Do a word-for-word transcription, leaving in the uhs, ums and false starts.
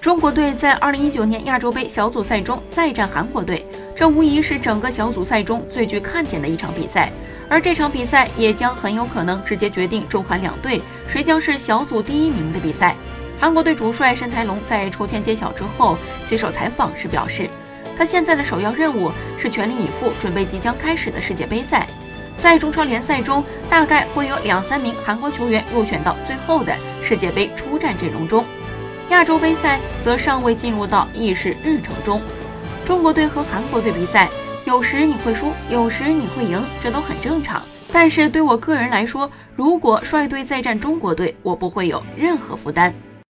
中国队在二零一九年亚洲杯小组赛中再战韩国队，这无疑是整个小组赛中最具看点的一场比赛。而这场比赛也将很有可能直接决定中韩两队谁将是小组第一名的比赛。韩国队主帅申台龙在抽签揭晓之后接受采访时表示，他现在的首要任务是全力以赴准备即将开始的世界杯赛。在中超联赛中，大概会有两三名韩国球员入选到最后的世界杯出战阵容中。亚洲杯赛则尚未进入到议事日程中。中国队和韩国队比赛，有时你会输，有时你会赢，这都很正常。但是对我个人来说，如果率队再战中国队，我不会有任何负担。